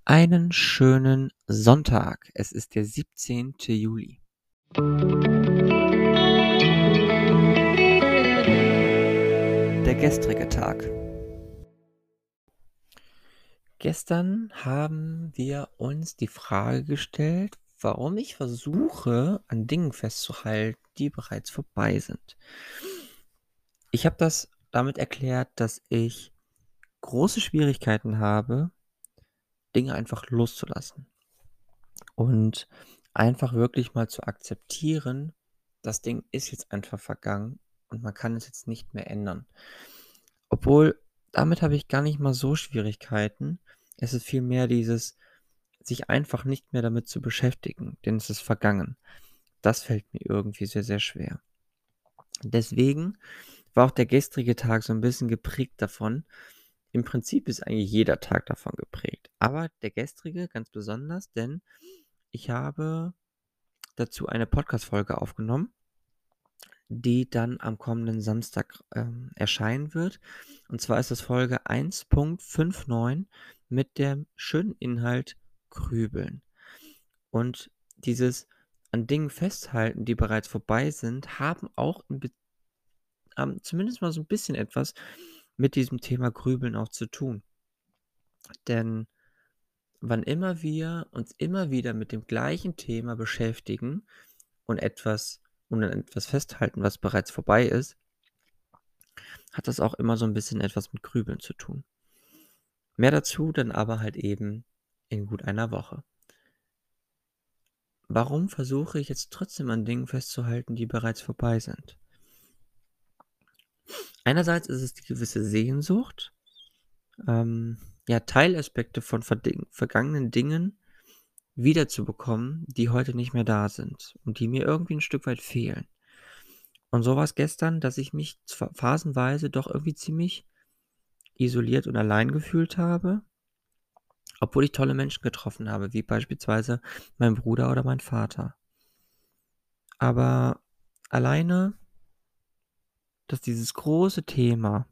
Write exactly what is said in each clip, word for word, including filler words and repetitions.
Einen schönen Sonntag. Es ist der siebzehnte Juli. Der gestrige Tag. Gestern haben wir uns die Frage gestellt, warum ich versuche, an Dingen festzuhalten, die bereits vorbei sind. Ich habe das damit erklärt, dass ich große Schwierigkeiten habe, Dinge einfach loszulassen und einfach wirklich mal zu akzeptieren, das Ding ist jetzt einfach vergangen und man kann es jetzt nicht mehr ändern. Obwohl, damit habe ich gar nicht mal so Schwierigkeiten. Es ist vielmehr dieses, sich einfach nicht mehr damit zu beschäftigen, denn es ist vergangen. Das fällt mir irgendwie sehr, sehr schwer. Deswegen war auch der gestrige Tag so ein bisschen geprägt davon. Im Prinzip ist eigentlich jeder Tag davon geprägt, aber der gestrige ganz besonders, denn ich habe dazu eine Podcast-Folge aufgenommen, die dann am kommenden Samstag, ähm, erscheinen wird. Und zwar ist das Folge eins Punkt neunundfünfzig mit dem schönen Inhalt Grübeln. Und dieses an Dingen festhalten, die bereits vorbei sind, haben auch 'n Be haben zumindest mal so 'n bisschen etwas mit diesem Thema Grübeln auch zu tun. Denn wann immer wir uns immer wieder mit dem gleichen Thema beschäftigen und etwas und an etwas festhalten, was bereits vorbei ist, hat das auch immer so 'n bisschen etwas mit Grübeln zu tun. Mehr dazu dann aber halt eben in gut einer Woche. Warum versuche ich jetzt trotzdem an Dingen festzuhalten, die bereits vorbei sind? Einerseits ist es die gewisse Sehnsucht, ähm, ja, Teilaspekte von verding vergangenen Dingen wiederzubekommen, die heute nicht mehr da sind und die mir irgendwie 'n Stück weit fehlen. Und so war's gestern, dass ich mich zwa phasenweise doch irgendwie ziemlich isoliert und allein gefühlt habe, obwohl ich tolle Menschen getroffen habe, wie beispielsweise mein Bruder oder mein Vater. Aber alleine, dass dieses große Thema,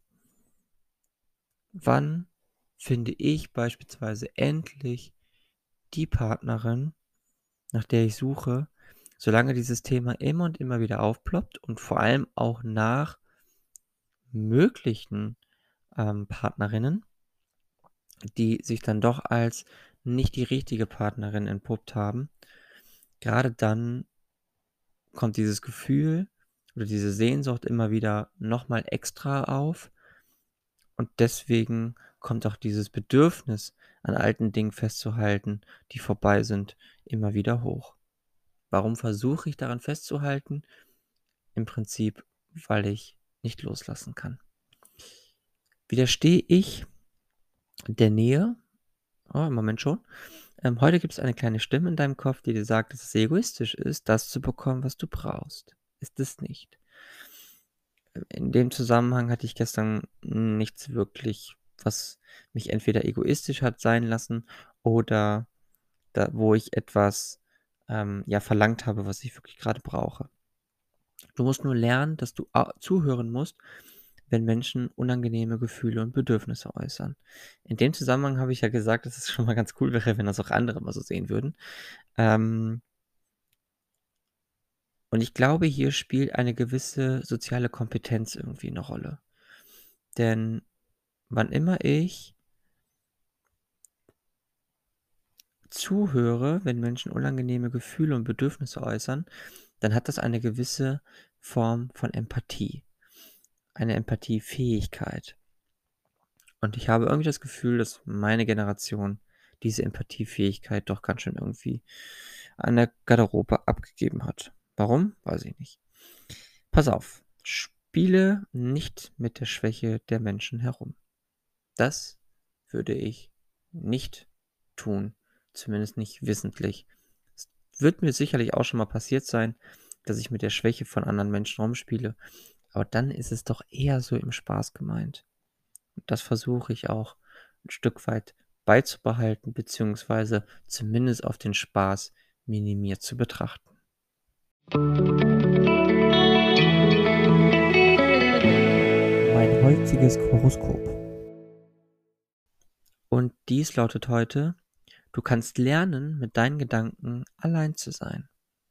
wann finde ich beispielsweise endlich die Partnerin, nach der ich suche, solange dieses Thema immer und immer wieder aufploppt und vor allem auch nach möglichen, ähm, Partnerinnen, die sich dann doch als nicht die richtige Partnerin entpuppt haben. Grade dann kommt dieses Gefühl oder diese Sehnsucht immer wieder noch mal extra auf und deswegen kommt auch dieses Bedürfnis, an alten Dingen festzuhalten, die vorbei sind, immer wieder hoch. Warum versuche ich daran festzuhalten? Im Prinzip, weil ich nicht loslassen kann. Widerstehe ich der Nähe? Oh, im Moment schon. Ähm, heute gibt es eine kleine Stimme in deinem Kopf, die dir sagt, dass es egoistisch ist, das zu bekommen, was du brauchst. Ist es nicht. In dem Zusammenhang hatte ich gestern nichts wirklich, was mich entweder egoistisch hat sein lassen oder da wo ich etwas, ähm, ja, verlangt habe, was ich wirklich grade brauche. Du musst nur lernen, dass du a zuhören musst, wenn Menschen unangenehme Gefühle und Bedürfnisse äußern. In dem Zusammenhang habe ich ja gesagt, dass es schon mal ganz cool wäre, wenn das auch andere mal so sehen würden. Ähm und ich glaube, hier spielt eine gewisse soziale Kompetenz irgendwie 'ne Rolle. Denn wann immer ich zuhöre, wenn Menschen unangenehme Gefühle und Bedürfnisse äußern, dann hat das eine gewisse Form von Empathie, eine Empathiefähigkeit. Und ich habe irgendwie das Gefühl, dass meine Generation diese Empathiefähigkeit doch ganz schön irgendwie an der Garderobe abgegeben hat. Warum? Weiß ich nicht. Pass auf, spiele nicht mit der Schwäche der Menschen herum. Das würde ich nicht tun, zumindest nicht wissentlich. Es wird mir sicherlich auch schon mal passiert sein, dass ich mit der Schwäche von anderen Menschen rumspiele, aber dann ist es doch eher so im Spaß gemeint. Und das versuche ich auch 'n Stück weit beizubehalten, beziehungsweise zumindest auf den Spaß minimiert zu betrachten. Mein heutiges Horoskop. Und dies lautet heute: Du kannst lernen, mit deinen Gedanken allein zu sein.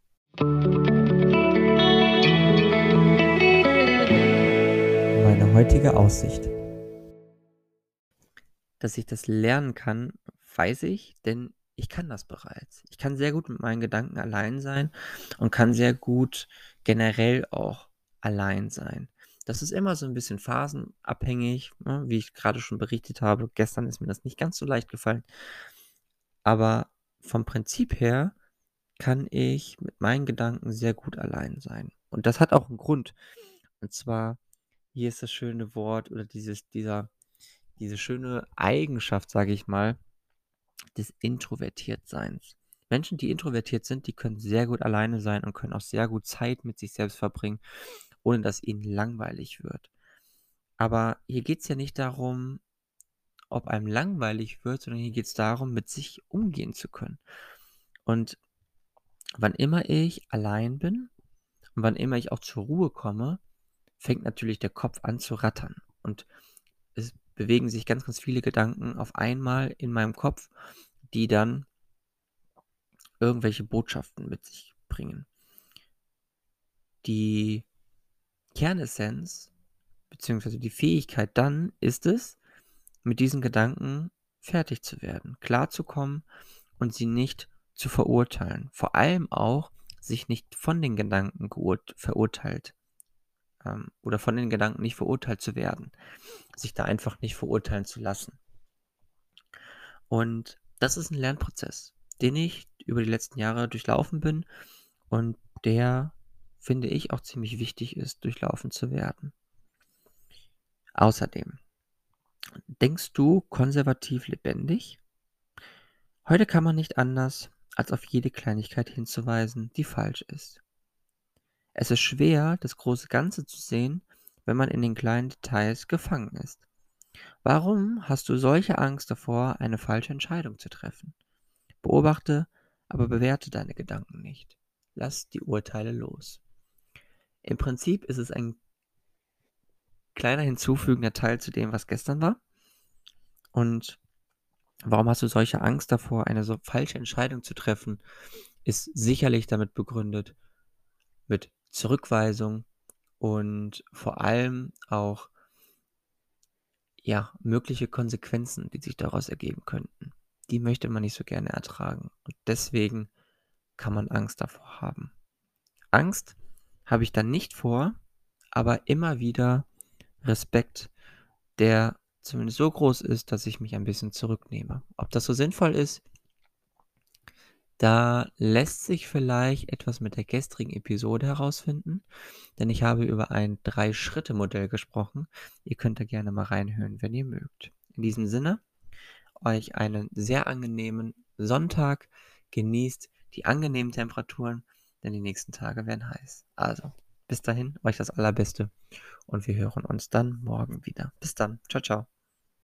Meine heutige Aussicht. Dass ich das lernen kann, weiß ich, denn ich kann das bereits. Ich kann sehr gut mit meinen Gedanken allein sein und kann sehr gut generell auch allein sein. Das ist immer so ein bisschen phasenabhängig, ne, wie ich gerade schon berichtet habe. Gestern ist mir das nicht ganz so leicht gefallen. Aber vom Prinzip her kann ich mit meinen Gedanken sehr gut allein sein. Und das hat auch einen Grund. Und zwar, hier ist das schöne Wort oder dieses dieser diese schöne Eigenschaft, sage ich mal, des Introvertiertseins. Menschen, die introvertiert sind, die können sehr gut alleine sein und können auch sehr gut Zeit mit sich selbst verbringen, ohne dass ihnen langweilig wird. Aber hier geht es ja nicht darum, ob einem langweilig wird, sondern hier geht es darum, mit sich umgehen zu können. Und wann immer ich allein bin und wann immer ich auch zur Ruhe komme, fängt natürlich der Kopf an zu rattern. Und es bewegen sich ganz, ganz viele Gedanken auf einmal in meinem Kopf, die dann irgendwelche Botschaften mit sich bringen. Die Kernessenz beziehungsweise die Fähigkeit dann ist es, mit diesen Gedanken fertig zu werden, klarzukommen und sie nicht zu verurteilen. Vor allem auch, sich nicht von den Gedanken geurt verurteilt ähm, oder von den Gedanken nicht verurteilt zu werden, sich da einfach nicht verurteilen zu lassen. Und das ist ein Lernprozess, den ich über die letzten Jahre durchlaufen bin und der, finde ich, auch ziemlich wichtig ist, durchlaufen zu werden. Außerdem, denkst du konservativ lebendig? Heute kann man nicht anders, als auf jede Kleinigkeit hinzuweisen, die falsch ist. Es ist schwer, das große Ganze zu sehen, wenn man in den kleinen Details gefangen ist. Warum hast du solche Angst davor, eine falsche Entscheidung zu treffen? Beobachte, aber bewerte deine Gedanken nicht. Lass die Urteile los. Im Prinzip ist es ein kleiner hinzufügender Teil zu dem, was gestern war. Und warum hast du solche Angst davor, eine so falsche Entscheidung zu treffen, ist sicherlich damit begründet mit Zurückweisung und vor allem auch ja, mögliche Konsequenzen, die sich daraus ergeben könnten. Die möchte man nicht so gerne ertragen. Und deswegen kann man Angst davor haben. Angst habe ich dann nicht vor, aber immer wieder Respekt, der zumindest so groß ist, dass ich mich ein bisschen zurücknehme. Ob das so sinnvoll ist, da lässt sich vielleicht etwas mit der gestrigen Episode herausfinden, denn ich habe über ein Drei-Schritte-Modell gesprochen. Ihr könnt da gerne mal reinhören, wenn ihr mögt. In diesem Sinne, euch einen sehr angenehmen Sonntag. Genießt die angenehmen Temperaturen, denn die nächsten Tage werden heiß. Also, bis dahin, euch das Allerbeste und wir hören uns dann morgen wieder. Bis dann. Ciao, ciao.